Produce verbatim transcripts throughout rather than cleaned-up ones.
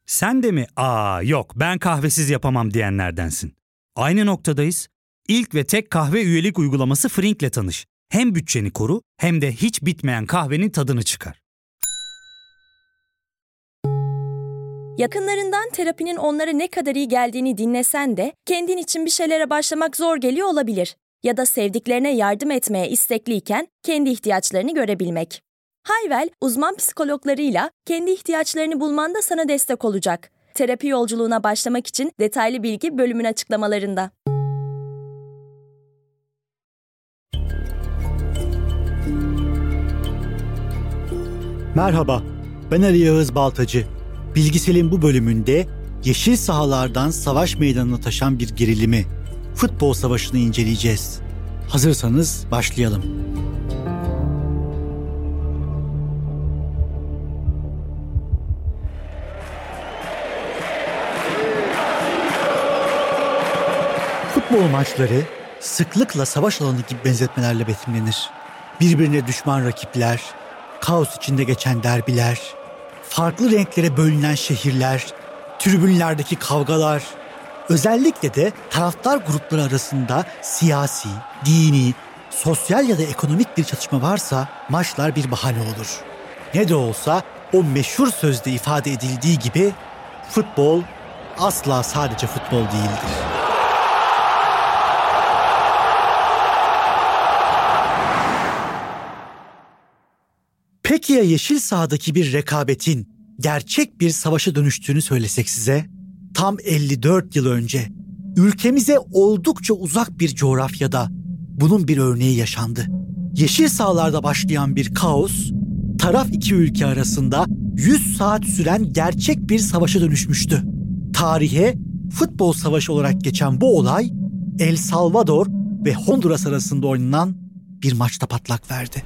Sen de mi "Aa yok ben kahvesiz yapamam" diyenlerdensin? Aynı noktadayız. İlk ve tek kahve üyelik uygulaması Frink'le tanış. Hem bütçeni koru hem de hiç bitmeyen kahvenin tadını çıkar. Yakınlarından terapinin onlara ne kadar iyi geldiğini dinlesen de kendin için bir şeylere başlamak zor geliyor olabilir. Ya da sevdiklerine yardım etmeye istekliyken kendi ihtiyaçlarını görebilmek. Hayvel, uzman psikologlarıyla kendi ihtiyaçlarını bulmanda sana destek olacak. Terapi yolculuğuna başlamak için detaylı bilgi bölümün açıklamalarında. Merhaba, ben Ali Yağız Baltacı. Bilgisel'in bu bölümünde yeşil sahalardan savaş meydanına taşan bir gerilimi, futbol savaşını inceleyeceğiz. Hazırsanız başlayalım. Futbol maçları sıklıkla savaş alanı gibi benzetmelerle betimlenir. Birbirine düşman rakipler, kaos içinde geçen derbiler, farklı renklere bölünen şehirler, tribünlerdeki kavgalar, özellikle de taraftar grupları arasında siyasi, dini, sosyal ya da ekonomik bir çatışma varsa maçlar bir bahane olur. Ne de olsa o meşhur sözde ifade edildiği gibi futbol asla sadece futbol değildir. Peki ya yeşil sahadaki bir rekabetin gerçek bir savaşa dönüştüğünü söylesek size? Tam elli dört yıl önce ülkemize oldukça uzak bir coğrafyada bunun bir örneği yaşandı. Yeşil sahalarda başlayan bir kaos, taraf iki ülke arasında yüz saat süren gerçek bir savaşa dönüşmüştü. Tarihe futbol savaşı olarak geçen bu olay, El Salvador ve Honduras arasında oynanan bir maçta patlak verdi.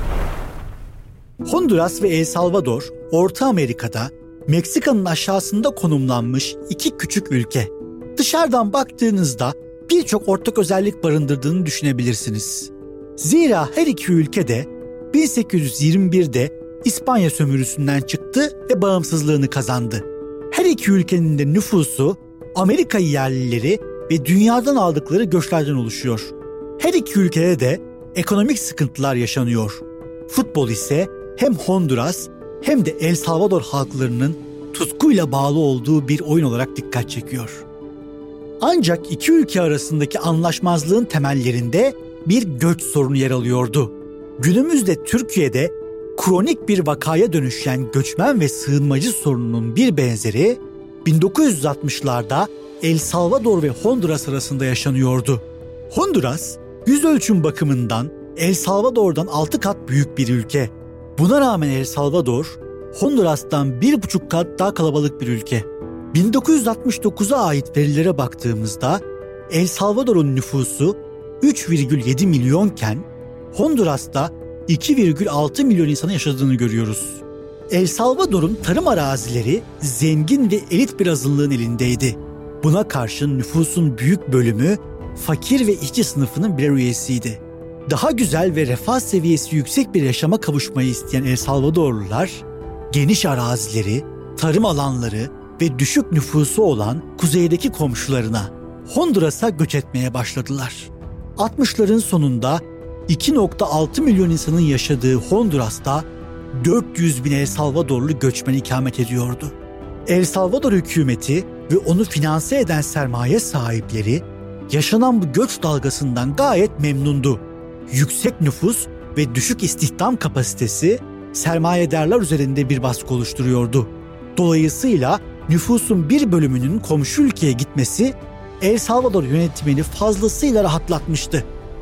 Honduras ve El Salvador, Orta Amerika'da, Meksika'nın aşağısında konumlanmış iki küçük ülke. Dışarıdan baktığınızda birçok ortak özellik barındırdığını düşünebilirsiniz. Zira her iki ülke de bin sekiz yüz yirmi birde İspanya sömürüsünden çıktı ve bağımsızlığını kazandı. Her iki ülkenin de nüfusu Amerika yerlileri ve dünyadan aldıkları göçlerden oluşuyor. Her iki ülkede de ekonomik sıkıntılar yaşanıyor. Futbol ise hem Honduras hem de El Salvador halklarının tutkuyla bağlı olduğu bir oyun olarak dikkat çekiyor. Ancak iki ülke arasındaki anlaşmazlığın temellerinde bir göç sorunu yer alıyordu. Günümüzde Türkiye'de kronik bir vakaya dönüşen göçmen ve sığınmacı sorununun bir benzeri bin dokuz yüz altmışlarda El Salvador ve Honduras arasında yaşanıyordu. Honduras, yüz ölçüm bakımından El Salvador'dan altı kat büyük bir ülke. Buna rağmen El Salvador, Honduras'tan bir buçuk kat daha kalabalık bir ülke. bin dokuz yüz altmış dokuza ait verilere baktığımızda El Salvador'un nüfusu üç virgül yedi milyonken Honduras'ta iki virgül altı milyon insanın yaşadığını görüyoruz. El Salvador'un tarım arazileri zengin ve elit bir azınlığın elindeydi. Buna karşın nüfusun büyük bölümü fakir ve işçi sınıfının birer üyesiydi. Daha güzel ve refah seviyesi yüksek bir yaşama kavuşmayı isteyen El Salvadorlular, geniş arazileri, tarım alanları ve düşük nüfusu olan kuzeydeki komşularına, Honduras'a göç etmeye başladılar. altmışların sonunda iki virgül altı milyon insanın yaşadığı Honduras'ta dört yüz bin El Salvadorlu göçmen ikamet ediyordu. El Salvador hükümeti ve onu finanse eden sermaye sahipleri yaşanan bu göç dalgasından gayet memnundu. Yüksek nüfus ve düşük istihdam kapasitesi sermayedarlar üzerinde bir baskı oluşturuyordu. Dolayısıyla nüfusun bir bölümünün komşu ülkeye gitmesi El Salvador yönetimini fazlasıyla rahatlatmıştı.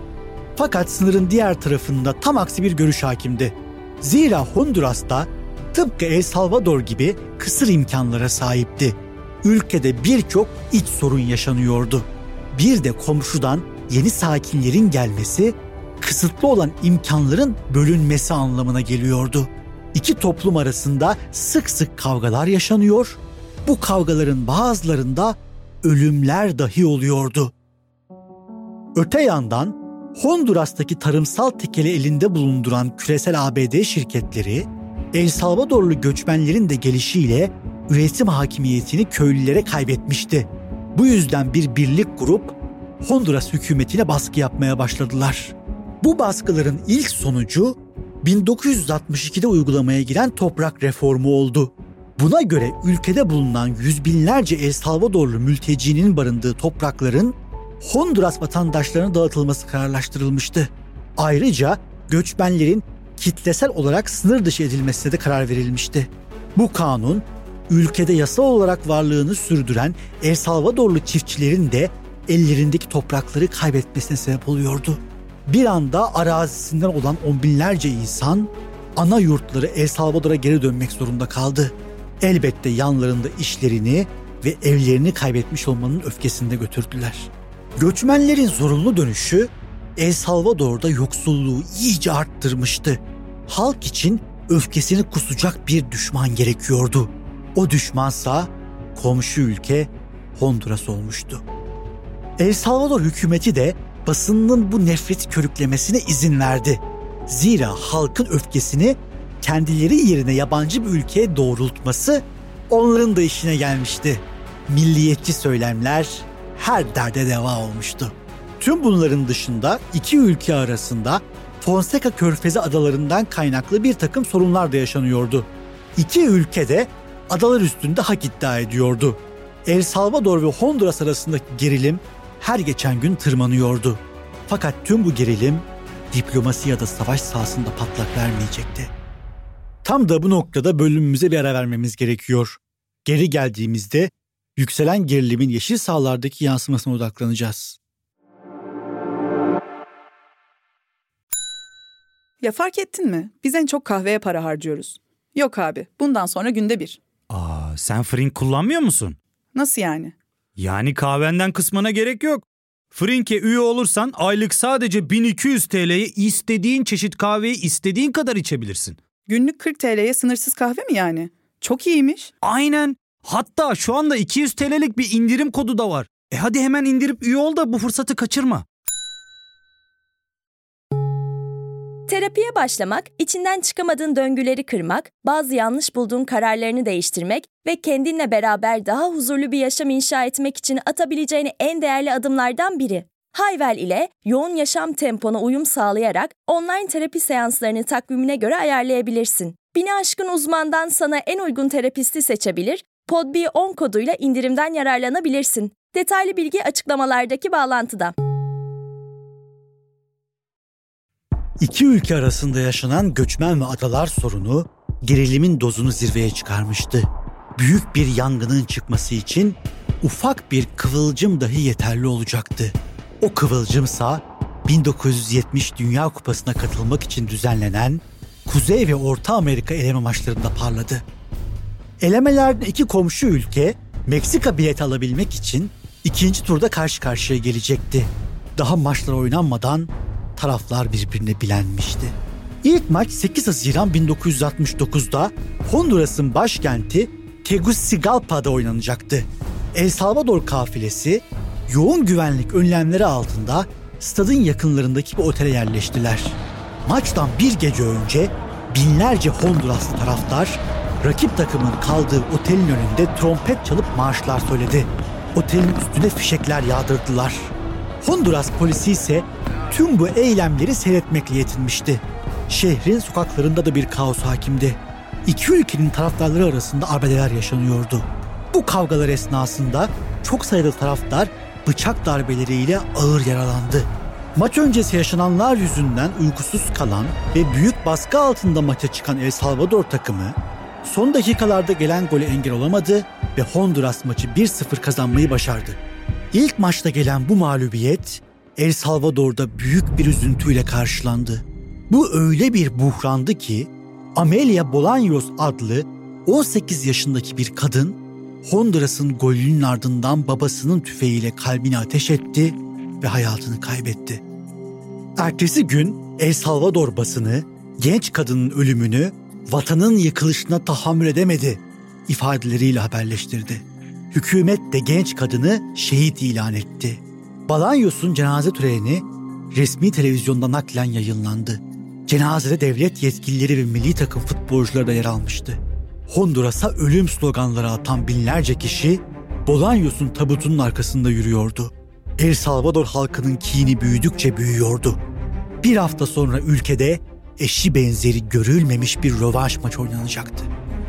Fakat sınırın diğer tarafında tam aksi bir görüş hakimdi. Zira Honduras'ta tıpkı El Salvador gibi kısır imkanlara sahipti. Ülkede birçok iç sorun yaşanıyordu. Bir de komşudan yeni sakinlerin gelmesi, kısıtlı olan imkanların bölünmesi anlamına geliyordu. İki toplum arasında sık sık kavgalar yaşanıyor, bu kavgaların bazılarında ölümler dahi oluyordu. Öte yandan Honduras'taki tarımsal tekeli elinde bulunduran küresel A B D şirketleri, El Salvadorlu göçmenlerin de gelişiyle üretim hakimiyetini köylülere kaybetmişti. Bu yüzden bir birlik kurup Honduras hükümetine baskı yapmaya başladılar. Bu baskıların ilk sonucu bin dokuz yüz altmış ikide uygulamaya giren toprak reformu oldu. Buna göre ülkede bulunan yüz binlerce El Salvadorlu mültecinin barındığı toprakların Honduras vatandaşlarına dağıtılması kararlaştırılmıştı. Ayrıca göçmenlerin kitlesel olarak sınır dışı edilmesine de karar verilmişti. Bu kanun, ülkede yasal olarak varlığını sürdüren El Salvadorlu çiftçilerin de ellerindeki toprakları kaybetmesine sebep oluyordu. Bir anda arazisinden olan on binlerce insan ana yurtları El Salvador'a geri dönmek zorunda kaldı. Elbette yanlarında işlerini ve evlerini kaybetmiş olmanın öfkesinde götürdüler. Göçmenlerin zorunlu dönüşü El Salvador'da yoksulluğu iyice arttırmıştı. Halk için öfkesini kusacak bir düşman gerekiyordu. O düşmansa komşu ülke Honduras olmuştu. El Salvador hükümeti de basının bu nefreti körüklemesine izin verdi. Zira halkın öfkesini kendileri yerine yabancı bir ülkeye doğrultması onların da işine gelmişti. Milliyetçi söylemler her derde deva olmuştu. Tüm bunların dışında iki ülke arasında Fonseca Körfezi adalarından kaynaklı bir takım sorunlar da yaşanıyordu. İki ülke de adalar üstünde hak iddia ediyordu. El Salvador ve Honduras arasındaki gerilim her geçen gün tırmanıyordu. Fakat tüm bu gerilim diplomasi ya da savaş sahasında patlak vermeyecekti. Tam da bu noktada bölümümüze bir ara vermemiz gerekiyor. Geri geldiğimizde yükselen gerilimin yeşil sahalardaki yansımasına odaklanacağız. Ya fark ettin mi? Biz en çok kahveye para harcıyoruz. Yok abi, bundan sonra günde bir. Aa, sen Frink kullanmıyor musun? Nasıl yani? Yani kahvenden kısmına gerek yok. Frink'e üye olursan aylık sadece bin iki yüz T L'ye istediğin çeşit kahveyi istediğin kadar içebilirsin. Günlük kırk T L'ye sınırsız kahve mi yani? Çok iyiymiş. Aynen. Hatta şu anda iki yüz T L'lik bir indirim kodu da var. E hadi hemen indirip üye ol da bu fırsatı kaçırma. Terapiye başlamak, içinden çıkamadığın döngüleri kırmak, bazı yanlış bulduğun kararlarını değiştirmek ve kendinle beraber daha huzurlu bir yaşam inşa etmek için atabileceğin en değerli adımlardan biri. Hayvel ile yoğun yaşam tempona uyum sağlayarak online terapi seanslarını takvimine göre ayarlayabilirsin. Bini aşkın uzmandan sana en uygun terapisti seçebilir, Podbi on koduyla indirimden yararlanabilirsin. Detaylı bilgi açıklamalardaki bağlantıda. İki ülke arasında yaşanan göçmen ve adalar sorunu gerilimin dozunu zirveye çıkarmıştı. Büyük bir yangının çıkması için ufak bir kıvılcım dahi yeterli olacaktı. O kıvılcımsa bin dokuz yüz yetmiş Dünya Kupası'na katılmak için düzenlenen Kuzey ve Orta Amerika eleme maçlarında parladı. Elemelerde iki komşu ülke Meksika bileti alabilmek için ikinci turda karşı karşıya gelecekti. Daha maçlar oynanmadan taraflar birbirine bilenmişti. İlk maç sekiz Haziran bin dokuz yüz altmış dokuzda Honduras'ın başkenti Tegucigalpa'da oynanacaktı. El Salvador kafilesi yoğun güvenlik önlemleri altında stadın yakınlarındaki bir otele yerleştiler. Maçtan bir gece önce binlerce Honduraslı taraftar rakip takımın kaldığı otelin önünde trompet çalıp marşlar söyledi. Otelin üstüne fişekler yağdırdılar. Honduras polisi ise tüm bu eylemleri seyretmekle yetinmişti. Şehrin sokaklarında da bir kaos hakimdi. İki ülkenin taraftarları arasında arbedeler yaşanıyordu. Bu kavgalar esnasında çok sayıda taraftar bıçak darbeleriyle ağır yaralandı. Maç öncesi yaşananlar yüzünden uykusuz kalan ve büyük baskı altında maça çıkan El Salvador takımı son dakikalarda gelen gole engel olamadı ve Honduras maçı bir sıfır kazanmayı başardı. İlk maçta gelen bu mağlubiyet El Salvador'da büyük bir üzüntüyle karşılandı. Bu öyle bir buhrandı ki Amelia Bolaños adlı on sekiz yaşındaki bir kadın Honduras'ın golünün ardından babasının tüfeğiyle kalbine ateş etti ve hayatını kaybetti. Ertesi gün El Salvador basını genç kadının ölümünü vatanın yıkılışına tahammül edemedi ifadeleriyle haberleştirdi. Hükümet de genç kadını şehit ilan etti. Bolaños'un cenaze töreni resmi televizyonda naklen yayınlandı. Cenazede devlet yetkilileri ve milli takım futbolcuları da yer almıştı. Honduras'a ölüm sloganları atan binlerce kişi Bolaños'un tabutunun arkasında yürüyordu. El Salvador halkının kini büyüdükçe büyüyordu. Bir hafta sonra ülkede eşi benzeri görülmemiş bir rövanş maçı oynanacaktı.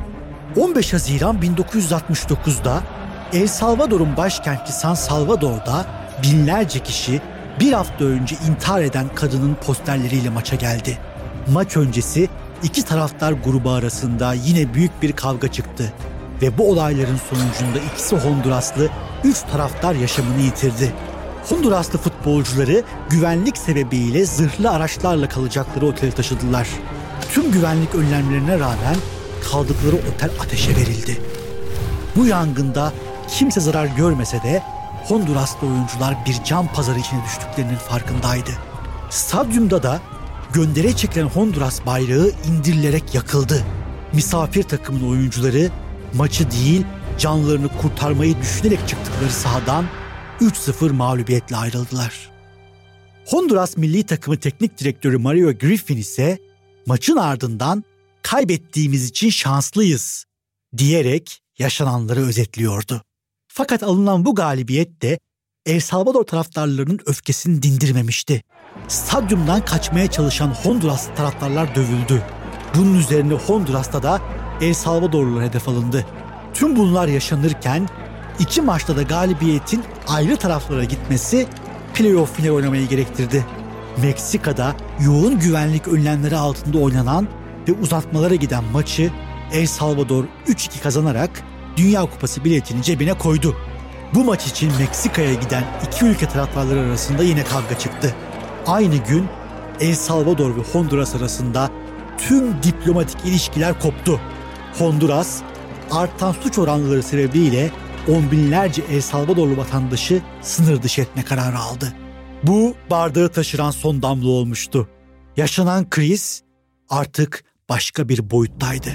on beş Haziran bin dokuz yüz altmış dokuzda El Salvador'un başkenti San Salvador'da binlerce kişi bir hafta önce intihar eden kadının posterleriyle maça geldi. Maç öncesi iki taraftar grubu arasında yine büyük bir kavga çıktı ve bu olayların sonucunda ikisi Honduraslı, üç taraftar yaşamını yitirdi. Honduraslı futbolcuları güvenlik sebebiyle zırhlı araçlarla kalacakları otele taşıdılar. Tüm güvenlik önlemlerine rağmen kaldıkları otel ateşe verildi. Bu yangında kimse zarar görmese de Honduraslı oyuncular bir can pazarı içine düştüklerinin farkındaydı. Stadyumda da göndere çekilen Honduras bayrağı indirilerek yakıldı. Misafir takımın oyuncuları maçı değil canlarını kurtarmayı düşünerek çıktıkları sahadan üç sıfır mağlubiyetle ayrıldılar. Honduras milli takımı teknik direktörü Mario Griffin ise maçın ardından kaybettiğimiz için şanslıyız diyerek yaşananları özetliyordu. Fakat alınan bu galibiyet de El Salvador taraftarlarının öfkesini dindirmemişti. Stadyumdan kaçmaya çalışan Honduras taraftarlar dövüldü. Bunun üzerine Honduras'ta da El Salvadorlular hedef alındı. Tüm bunlar yaşanırken iki maçta da galibiyetin ayrı taraflara gitmesi playoff final oynamayı gerektirdi. Meksika'da yoğun güvenlik önlemleri altında oynanan ve uzatmalara giden maçı El Salvador üç iki kazanarak Dünya Kupası biletini cebine koydu. Bu maç için Meksika'ya giden iki ülke taraftarları arasında yine kavga çıktı. Aynı gün El Salvador ve Honduras arasında tüm diplomatik ilişkiler koptu. Honduras, artan suç oranları sebebiyle on binlerce El Salvadorlu vatandaşı sınır dışı etme kararı aldı. Bu bardağı taşıran son damla olmuştu. Yaşanan kriz artık başka bir boyuttaydı.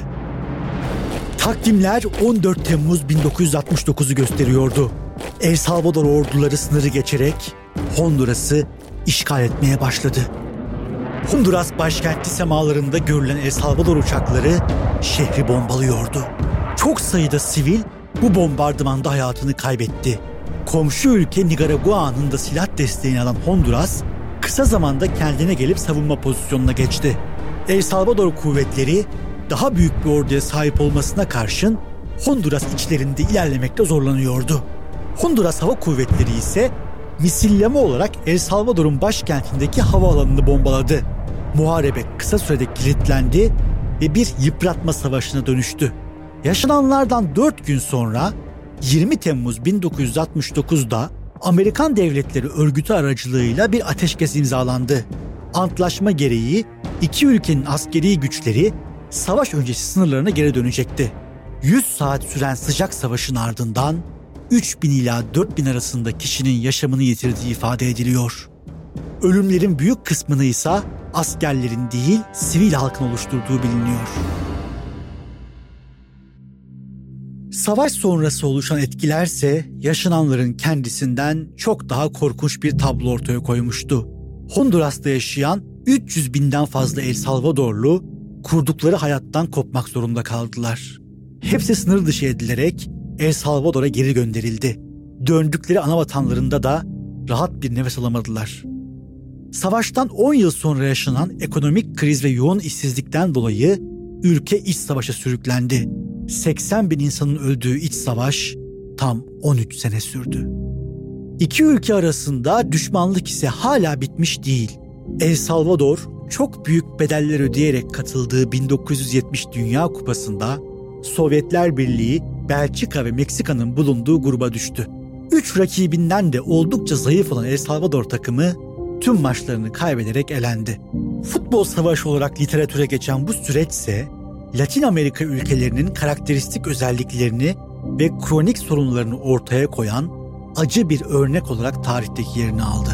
Takvimler on dört Temmuz bin dokuz yüz altmış dokuzu gösteriyordu. El Salvador orduları sınırı geçerek Honduras'ı işgal etmeye başladı. Honduras başkenti semalarında görülen El Salvador uçakları şehri bombalıyordu. Çok sayıda sivil bu bombardımanda hayatını kaybetti. Komşu ülke Nikaragua'nın da silah desteğini alan Honduras kısa zamanda kendine gelip savunma pozisyonuna geçti. El Salvador kuvvetleri daha büyük bir orduya sahip olmasına karşın Honduras içlerinde ilerlemekte zorlanıyordu. Honduras Hava Kuvvetleri ise misilleme olarak El Salvador'un başkentindeki havaalanını bombaladı. Muharebe kısa sürede kilitlendi ve bir yıpratma savaşına dönüştü. Yaşananlardan dört gün sonra yirmi Temmuz bin dokuz yüz altmış dokuzda Amerikan Devletleri Örgütü aracılığıyla bir ateşkes imzalandı. Antlaşma gereği iki ülkenin askeri güçleri savaş öncesi sınırlarına geri dönecekti. yüz saat süren sıcak savaşın ardından üç bin ila dört bin arasında kişinin yaşamını yitirdiği ifade ediliyor. Ölümlerin büyük kısmını ise askerlerin değil sivil halkın oluşturduğu biliniyor. Savaş sonrası oluşan etkilerse yaşananların kendisinden çok daha korkunç bir tablo ortaya koymuştu. Honduras'ta yaşayan üç yüz binden fazla El Salvadorlu kurdukları hayattan kopmak zorunda kaldılar. Hepsi sınır dışı edilerek El Salvador'a geri gönderildi. Döndükleri ana vatanlarında da rahat bir nefes alamadılar. Savaştan on yıl sonra yaşanan ekonomik kriz ve yoğun işsizlikten dolayı ülke iç savaşa sürüklendi. seksen bin insanın öldüğü iç savaş tam on üç sene sürdü. İki ülke arasında düşmanlık ise hala bitmiş değil. El Salvador çok büyük bedeller ödeyerek katıldığı bin dokuz yüz yetmiş Dünya Kupası'nda Sovyetler Birliği, Belçika ve Meksika'nın bulunduğu gruba düştü. Üç rakibinden de oldukça zayıf olan El Salvador takımı tüm maçlarını kaybederek elendi. Futbol savaşı olarak literatüre geçen bu süreçse Latin Amerika ülkelerinin karakteristik özelliklerini ve kronik sorunlarını ortaya koyan acı bir örnek olarak tarihteki yerini aldı.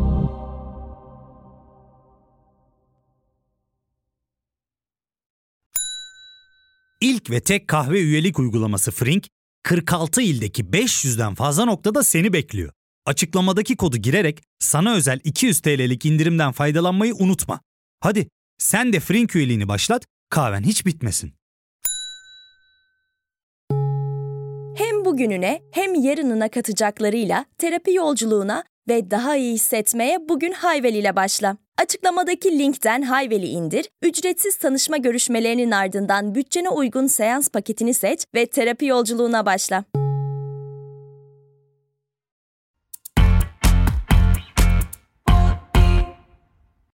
İlk ve tek kahve üyelik uygulaması Frink, kırk altı ildeki beş yüzden fazla noktada seni bekliyor. Açıklamadaki kodu girerek sana özel iki yüz TL'lik indirimden faydalanmayı unutma. Hadi sen de Frink üyeliğini başlat, kahven hiç bitmesin. Hem bugününe hem yarınına katacaklarıyla terapi yolculuğuna ve daha iyi hissetmeye bugün Hayvel ile başla. Açıklamadaki linkten Hayvel'i indir, ücretsiz tanışma görüşmelerinin ardından bütçene uygun seans paketini seç ve terapi yolculuğuna başla.